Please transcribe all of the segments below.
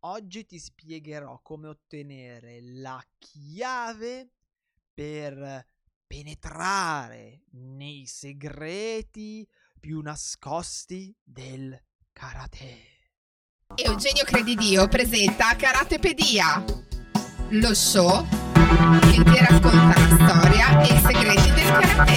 Oggi ti spiegherò come ottenere la chiave per penetrare nei segreti più nascosti del karate. Eugenio Credidio presenta Karatepedia, lo show che ti racconta la storia e i segreti del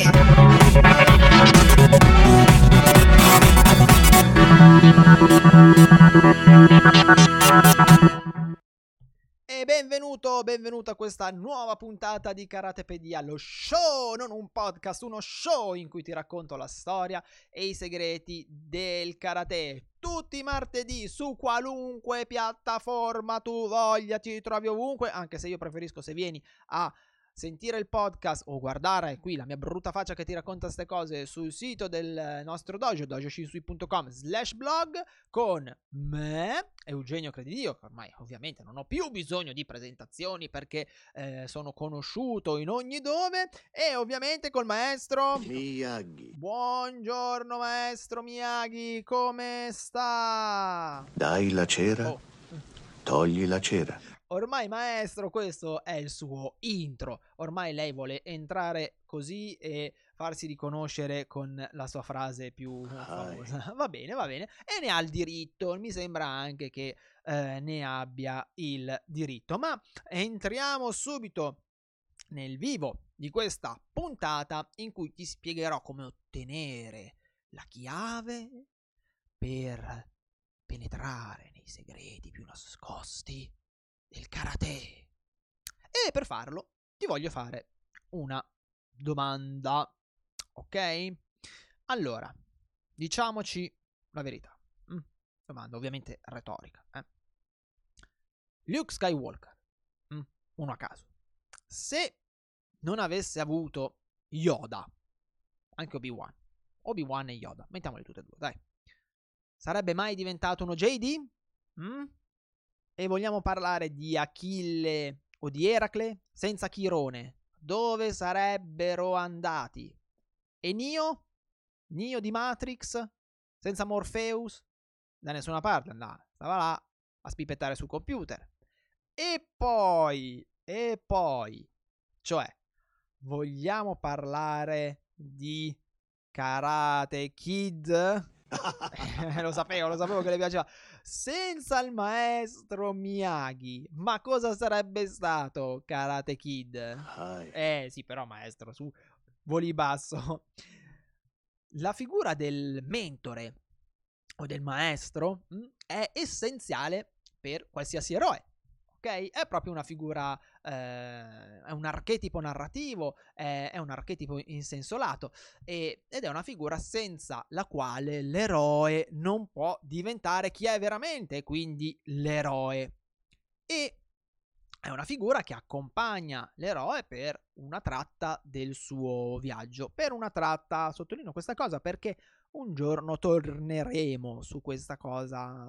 karate. E benvenuto a questa nuova puntata di Karatepedia, lo show, non un podcast, uno show in cui ti racconto la storia e i segreti del karate. Tutti i martedì su qualunque piattaforma tu voglia, ti trovi ovunque, anche se io preferisco se vieni a sentire il podcast o guardare qui la mia brutta faccia che ti racconta queste cose sul sito del nostro dojo, dojoshinsui.com/blog, con me, Eugenio Credidio, che ormai ovviamente non ho più bisogno di presentazioni perché sono conosciuto in ogni dove, e ovviamente col maestro Miyagi. Buongiorno maestro Miyagi, come sta? Dai la cera, Oh. togli la cera. Ormai maestro, questo è il suo intro. Ormai lei vuole entrare così e farsi riconoscere con la sua frase più famosa. Va bene. E ne ha il diritto. Mi sembra anche che ne abbia il diritto. Ma entriamo subito nel vivo di questa puntata in cui ti spiegherò come ottenere la chiave per penetrare nei segreti più nascosti del karate. E per farlo ti voglio fare una domanda, ok? Allora, diciamoci la verità. Domanda ovviamente retorica. Luke Skywalker, uno a caso, se non avesse avuto Yoda, anche Obi-Wan e Yoda, mettiamoli tutti e due, dai, sarebbe mai diventato uno JD? E vogliamo parlare di Achille o di Eracle? Senza Chirone, dove sarebbero andati? E Neo? Neo di Matrix? Senza Morpheus? Da nessuna parte andava, stava là a spipettare sul computer. E poi, cioè, vogliamo parlare di Karate Kid? Lo sapevo che le piaceva. Senza il maestro Miyagi, ma cosa sarebbe stato Karate Kid? Sì, però maestro, su, voli basso. La figura del mentore o del maestro è essenziale per qualsiasi eroe. Ok? È proprio una figura, è un archetipo narrativo, è un archetipo in senso lato, ed è una figura senza la quale l'eroe non può diventare chi è veramente, quindi l'eroe. E è una figura che accompagna l'eroe per una tratta del suo viaggio. Per una tratta, sottolineo questa cosa perché un giorno torneremo su questa cosa,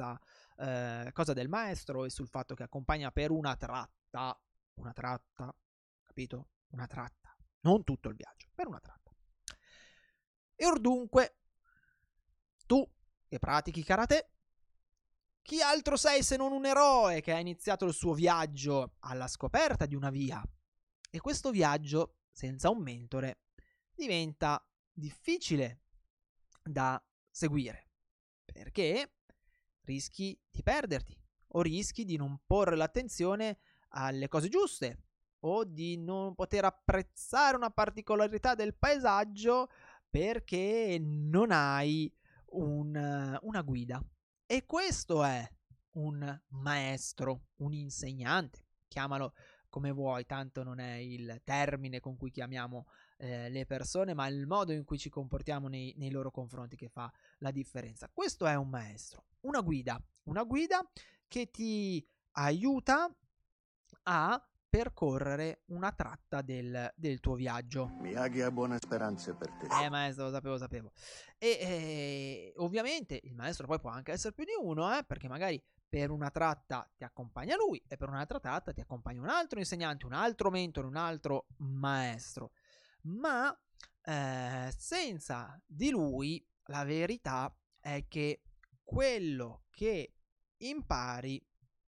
cosa del maestro e sul fatto che accompagna per una tratta, capito? Una tratta, non tutto il viaggio, per una tratta. E or dunque, tu che pratichi karate, chi altro sei se non un eroe che ha iniziato il suo viaggio alla scoperta di una via? E questo viaggio, senza un mentore, diventa difficile da seguire, perché rischi di perderti o rischi di non porre l'attenzione alle cose giuste o di non poter apprezzare una particolarità del paesaggio perché non hai una guida. E questo è un maestro, un insegnante, chiamalo come vuoi, tanto non è il termine con cui chiamiamo le persone, ma il modo in cui ci comportiamo nei loro confronti che fa la differenza. Questo è un maestro, una guida che ti aiuta a percorrere una tratta del tuo viaggio. Miyagi ha buone speranze per te. Maestro, lo sapevo. E ovviamente il maestro poi può anche essere più di uno, perché magari per una tratta ti accompagna lui e per un'altra tratta ti accompagna un altro insegnante, un altro mentore, un altro maestro. Ma senza di lui la verità è che quello che impari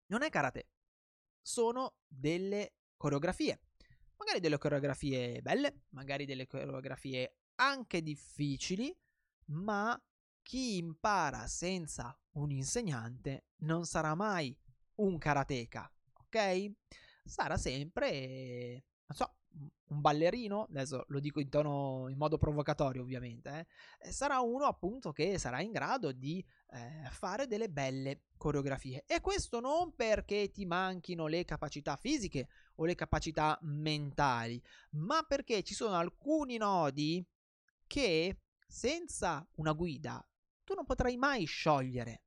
non è karate, sono delle coreografie. Magari delle coreografie belle, magari delle coreografie anche difficili, ma chi impara senza un insegnante non sarà mai un karateka, ok? Sarà sempre, non so, un ballerino, adesso lo dico in modo provocatorio ovviamente, sarà uno appunto che sarà in grado di fare delle belle coreografie. E questo non perché ti manchino le capacità fisiche o le capacità mentali, ma perché ci sono alcuni nodi che senza una guida tu non potrai mai sciogliere.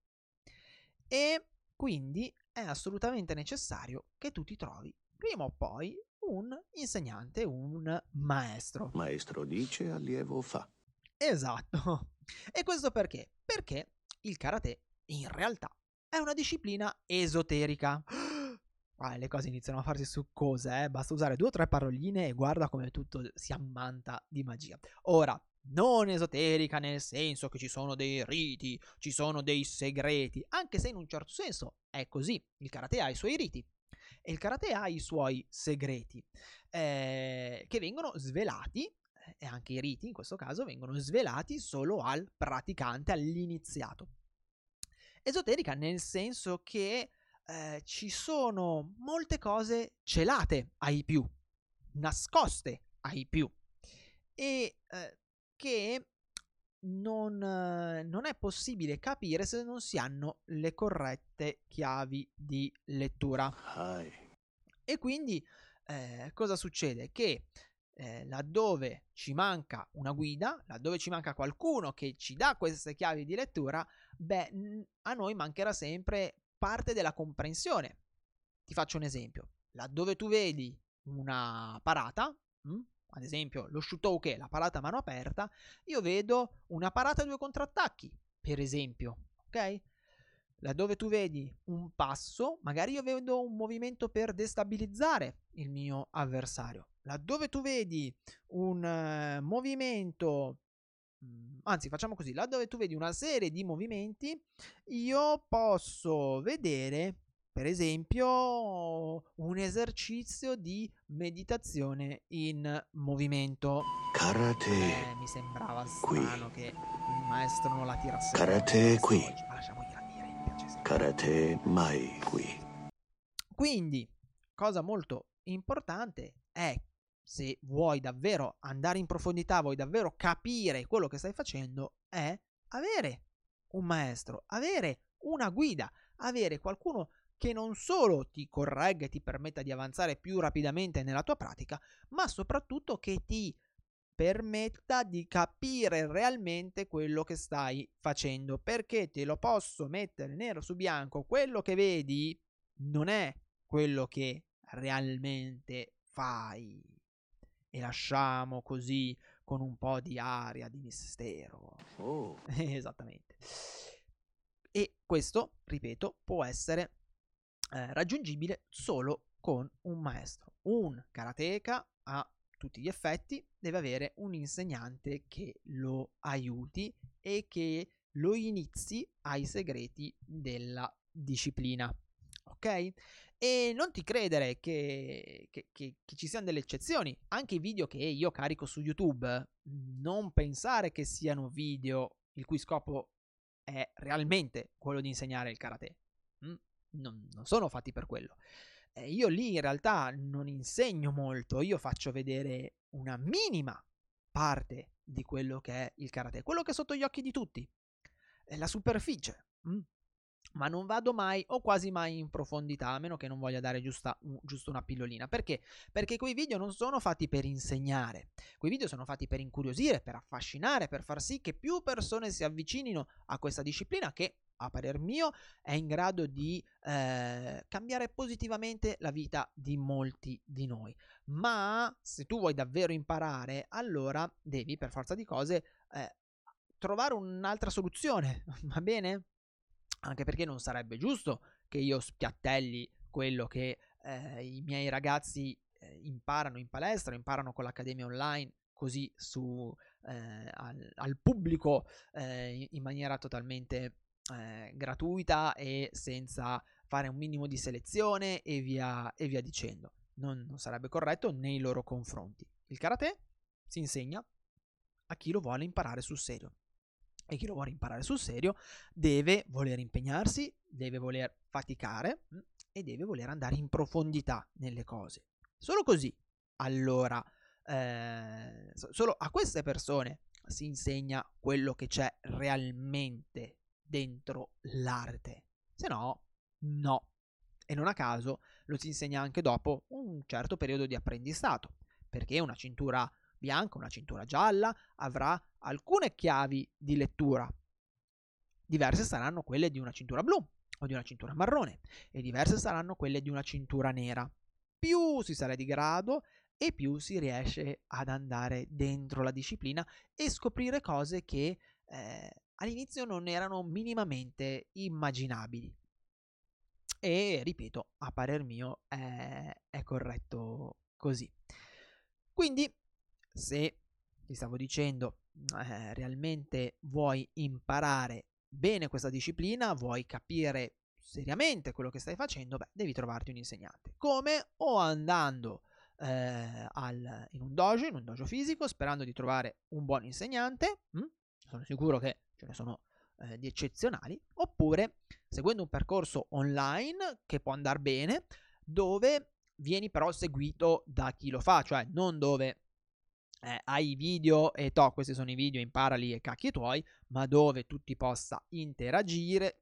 E quindi è assolutamente necessario che tu ti trovi prima o poi un insegnante, un maestro. Maestro dice, allievo fa. Esatto. E questo perché? Perché il karate in realtà è una disciplina esoterica. Le cose iniziano a farsi succose, basta usare 2 o 3 paroline e guarda come tutto si ammanta di magia. Ora, non esoterica nel senso che ci sono dei riti, ci sono dei segreti, anche se in un certo senso è così. Il karate ha i suoi riti e il karate ha i suoi segreti che vengono svelati, e anche i riti in questo caso vengono svelati solo al praticante, all'iniziato. Esoterica nel senso che ci sono molte cose celate ai più, nascoste ai più, e che non è possibile capire se non si hanno le corrette chiavi di lettura. E quindi cosa succede? Che laddove ci manca una guida, laddove ci manca qualcuno che ci dà queste chiavi di lettura, a noi mancherà sempre parte della comprensione. Ti faccio un esempio. Laddove tu vedi una parata, ad esempio lo shutouke, la parata a mano aperta, io vedo una parata e 2 contrattacchi, per esempio, ok? Laddove tu vedi un passo, magari io vedo un movimento per destabilizzare il mio avversario. Laddove tu vedi un movimento, anzi facciamo così, laddove tu vedi una serie di movimenti, io posso vedere per esempio un esercizio di meditazione in movimento. Karate Mi sembrava qui. strano che il maestro non la tirasse Karate qui. oggi, ma lasciamogliela dire, mi piace sempre. Karate mai qui. Quindi, cosa molto importante è, se vuoi davvero andare in profondità, vuoi davvero capire quello che stai facendo, è avere un maestro, avere una guida, avere qualcuno che non solo ti corregga e ti permetta di avanzare più rapidamente nella tua pratica, ma soprattutto che ti permetta di capire realmente quello che stai facendo, perché te lo posso mettere nero su bianco, quello che vedi non è quello che realmente fai. E lasciamo così con un po' di aria di mistero. Oh. Esattamente. E questo, ripeto, può essere raggiungibile solo con un maestro. Un karateka a tutti gli effetti deve avere un insegnante che lo aiuti e che lo inizi ai segreti della disciplina. Ok? E non ti credere che ci siano delle eccezioni. Anche i video che io carico su YouTube, non pensare che siano video il cui scopo è realmente quello di insegnare il karate. Non sono fatti per quello. Io lì in realtà non insegno molto, io faccio vedere una minima parte di quello che è il karate, quello che è sotto gli occhi di tutti, è la superficie. Ma non vado mai o quasi mai in profondità, a meno che non voglia dare giusto una pillolina. Perché? Perché quei video non sono fatti per insegnare, quei video sono fatti per incuriosire, per affascinare, per far sì che più persone si avvicinino a questa disciplina che, a parer mio, è in grado di cambiare positivamente la vita di molti di noi. Ma se tu vuoi davvero imparare, allora devi per forza di cose trovare un'altra soluzione, va bene? Anche perché non sarebbe giusto che io spiattelli quello che i miei ragazzi imparano in palestra, imparano con l'accademia online, così al pubblico in maniera totalmente gratuita e senza fare un minimo di selezione e via dicendo. Non sarebbe corretto nei loro confronti. Il karate si insegna a chi lo vuole imparare sul serio. E chi lo vuole imparare sul serio deve voler impegnarsi, deve voler faticare e deve voler andare in profondità nelle cose. Solo così, allora, solo a queste persone si insegna quello che c'è realmente dentro l'arte. Se no, no. E non a caso lo si insegna anche dopo un certo periodo di apprendistato, perché una cintura bianca, una cintura gialla avrà alcune chiavi di lettura. Diverse saranno quelle di una cintura blu o di una cintura marrone e diverse saranno quelle di una cintura nera. Più si sale di grado e più si riesce ad andare dentro la disciplina e scoprire cose che all'inizio non erano minimamente immaginabili. E ripeto, a parer mio è corretto così. Quindi, se ti stavo dicendo realmente vuoi imparare bene questa disciplina, vuoi capire seriamente quello che stai facendo, devi trovarti un insegnante. Come? O andando in un dojo fisico, sperando di trovare un buon insegnante. Sono sicuro che ce ne sono di eccezionali, oppure seguendo un percorso online che può andare bene, dove vieni però seguito da chi lo fa, cioè non dove hai i video e questi sono i video, imparali e cacchi tuoi, ma dove tu possa interagire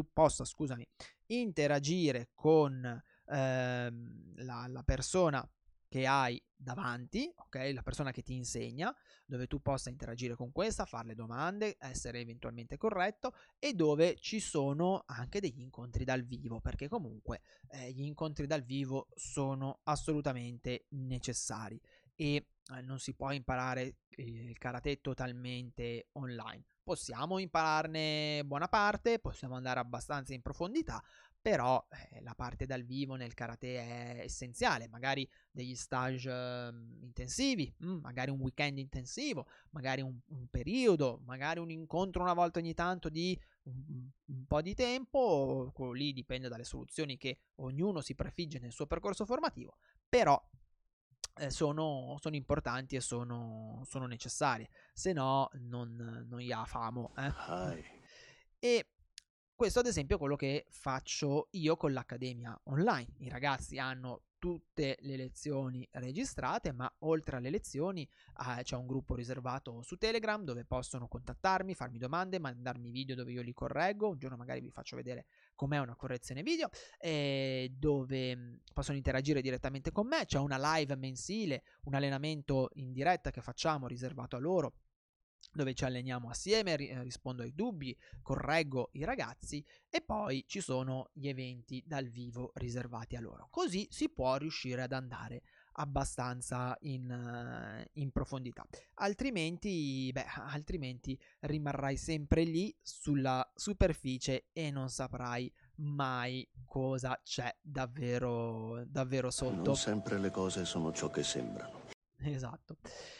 con la persona che hai davanti, ok? La persona che ti insegna, dove tu possa interagire con questa, farle domande, essere eventualmente corretto, e dove ci sono anche degli incontri dal vivo, perché comunque gli incontri dal vivo sono assolutamente necessari e non si può imparare il karate totalmente online. Possiamo impararne buona parte, possiamo andare abbastanza in profondità, però la parte dal vivo nel karate è essenziale. Magari degli stage intensivi, magari un weekend intensivo, magari un periodo, magari un incontro una volta ogni tanto di un po' di tempo. Quello lì dipende dalle soluzioni che ognuno si prefigge nel suo percorso formativo, però sono importanti e sono necessarie, se no non gli ha famo. E questo ad esempio è quello che faccio io con l'Accademia Online. I ragazzi hanno tutte le lezioni registrate, ma oltre alle lezioni c'è un gruppo riservato su Telegram dove possono contattarmi, farmi domande, mandarmi video dove io li correggo. Un giorno magari vi faccio vedere com'è una correzione video, dove possono interagire direttamente con me. C'è una live mensile, un allenamento in diretta che facciamo riservato a loro, dove ci alleniamo assieme, rispondo ai dubbi, correggo i ragazzi, e poi ci sono gli eventi dal vivo riservati a loro. Così si può riuscire ad andare abbastanza in profondità, altrimenti rimarrai sempre lì sulla superficie e non saprai mai cosa c'è davvero sotto. Non sempre le cose sono ciò che sembrano. Esatto.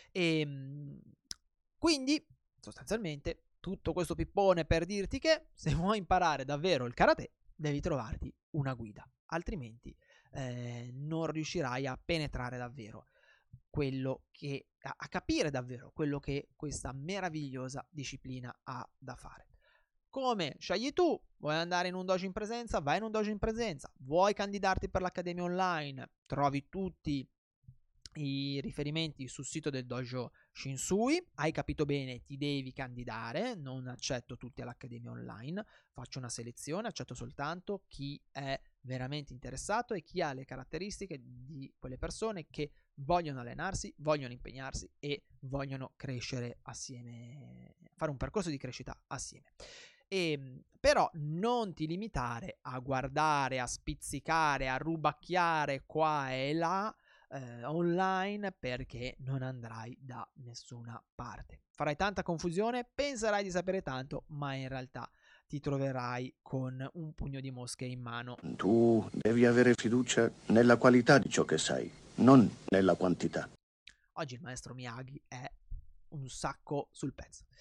Quindi, sostanzialmente, tutto questo pippone per dirti che se vuoi imparare davvero il karate, devi trovarti una guida, altrimenti non riuscirai a penetrare davvero quello che, a capire davvero quello che questa meravigliosa disciplina ha da fare. Come scegli tu? Vuoi andare in un dojo in presenza? Vai in un dojo in presenza. Vuoi candidarti per l'Accademia Online? Trovi tutti i riferimenti sul sito del dojo Shinsui. Hai capito bene, ti devi candidare. Non accetto tutti all'Accademia Online, faccio una selezione, accetto soltanto chi è veramente interessato e chi ha le caratteristiche di quelle persone che vogliono allenarsi, vogliono impegnarsi e vogliono crescere assieme, fare un percorso di crescita assieme. Però non ti limitare a guardare, a spizzicare, a rubacchiare qua e là online, perché non andrai da nessuna parte. Farai tanta confusione, penserai di sapere tanto, ma in realtà ti troverai con un pugno di mosche in mano. Tu devi avere fiducia nella qualità di ciò che sai, non nella quantità. Oggi il maestro Miyagi è un sacco sul pezzo.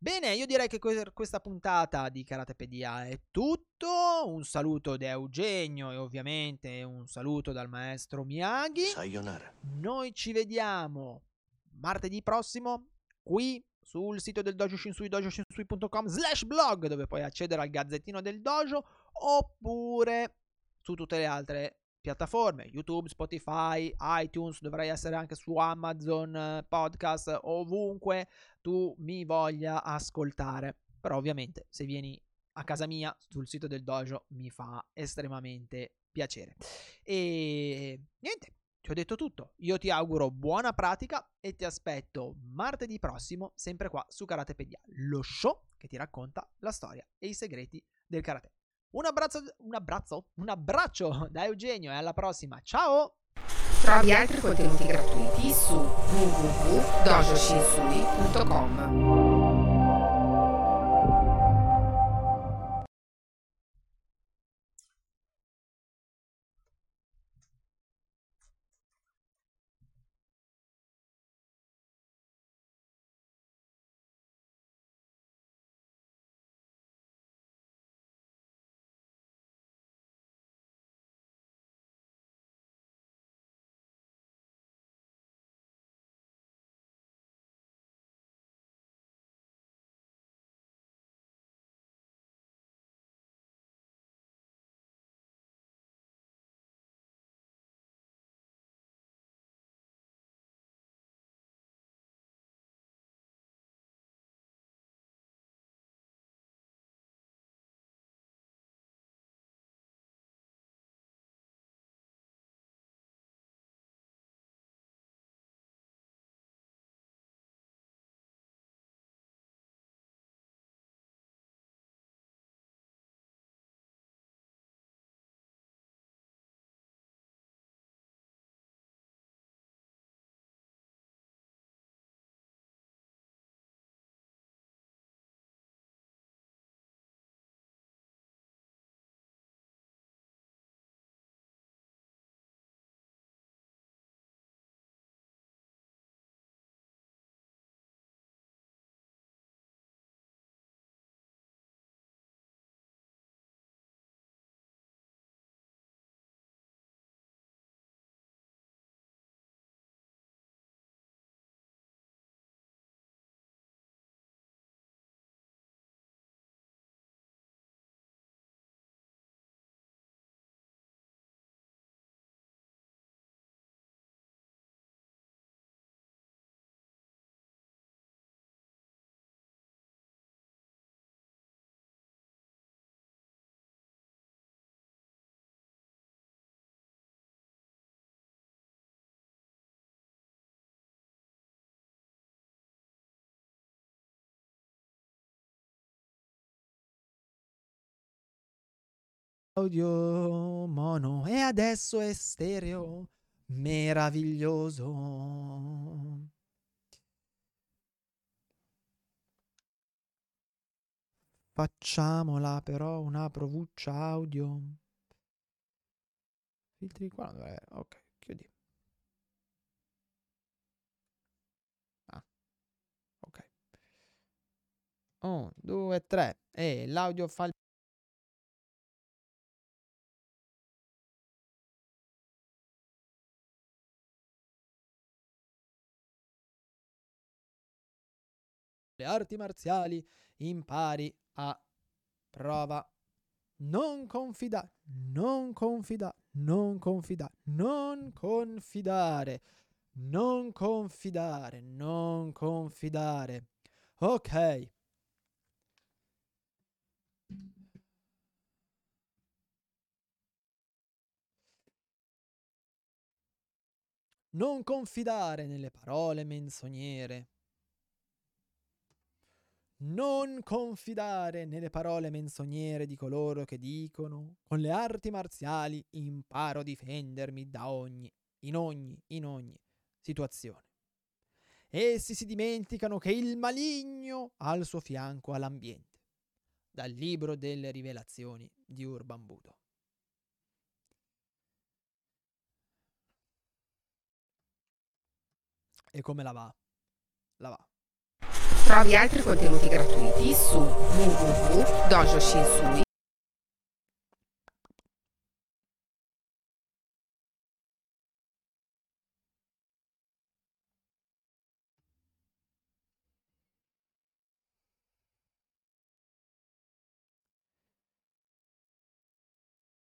Bene, io direi che questa puntata di Karatepedia è tutto. Un saluto da Eugenio e ovviamente un saluto dal maestro Miyagi. Sayonara. Noi ci vediamo martedì prossimo qui sul sito del Dojo Shinsui, dojoshinsui.com/blog, dove puoi accedere al gazzettino del dojo, oppure su tutte le altre piattaforme, YouTube, Spotify, iTunes, dovrei essere anche su Amazon Podcast, ovunque tu mi voglia ascoltare. Però ovviamente se vieni a casa mia sul sito del dojo mi fa estremamente piacere. E niente, ti ho detto tutto. Io ti auguro buona pratica e ti aspetto martedì prossimo, sempre qua su Karatepedia, lo show che ti racconta la storia e i segreti del karate. Un abbraccio da Eugenio e alla prossima. Ciao! Trovi altri contenuti gratuiti su www.dojoshinsui.com. Audio mono e adesso è stereo, meraviglioso. Facciamola però una provuccia audio. Filtri qua, ok, chiudi. Ah, ok. 1, 2, 3 e l'audio fa il le arti marziali, impari a prova. Non confidare, non confidare, non confidare, non confidare, non confidare, non confidare. Ok. Non confidare nelle parole menzognere. Non confidare nelle parole menzognere di coloro che dicono: con le arti marziali imparo a difendermi da in ogni situazione. Essi si dimenticano che il maligno al suo fianco ha l'ambiente. Dal libro delle rivelazioni di Urban Budo. E come la va? La va. Trovi altri contenuti gratuiti su www.dojoshinsui.com.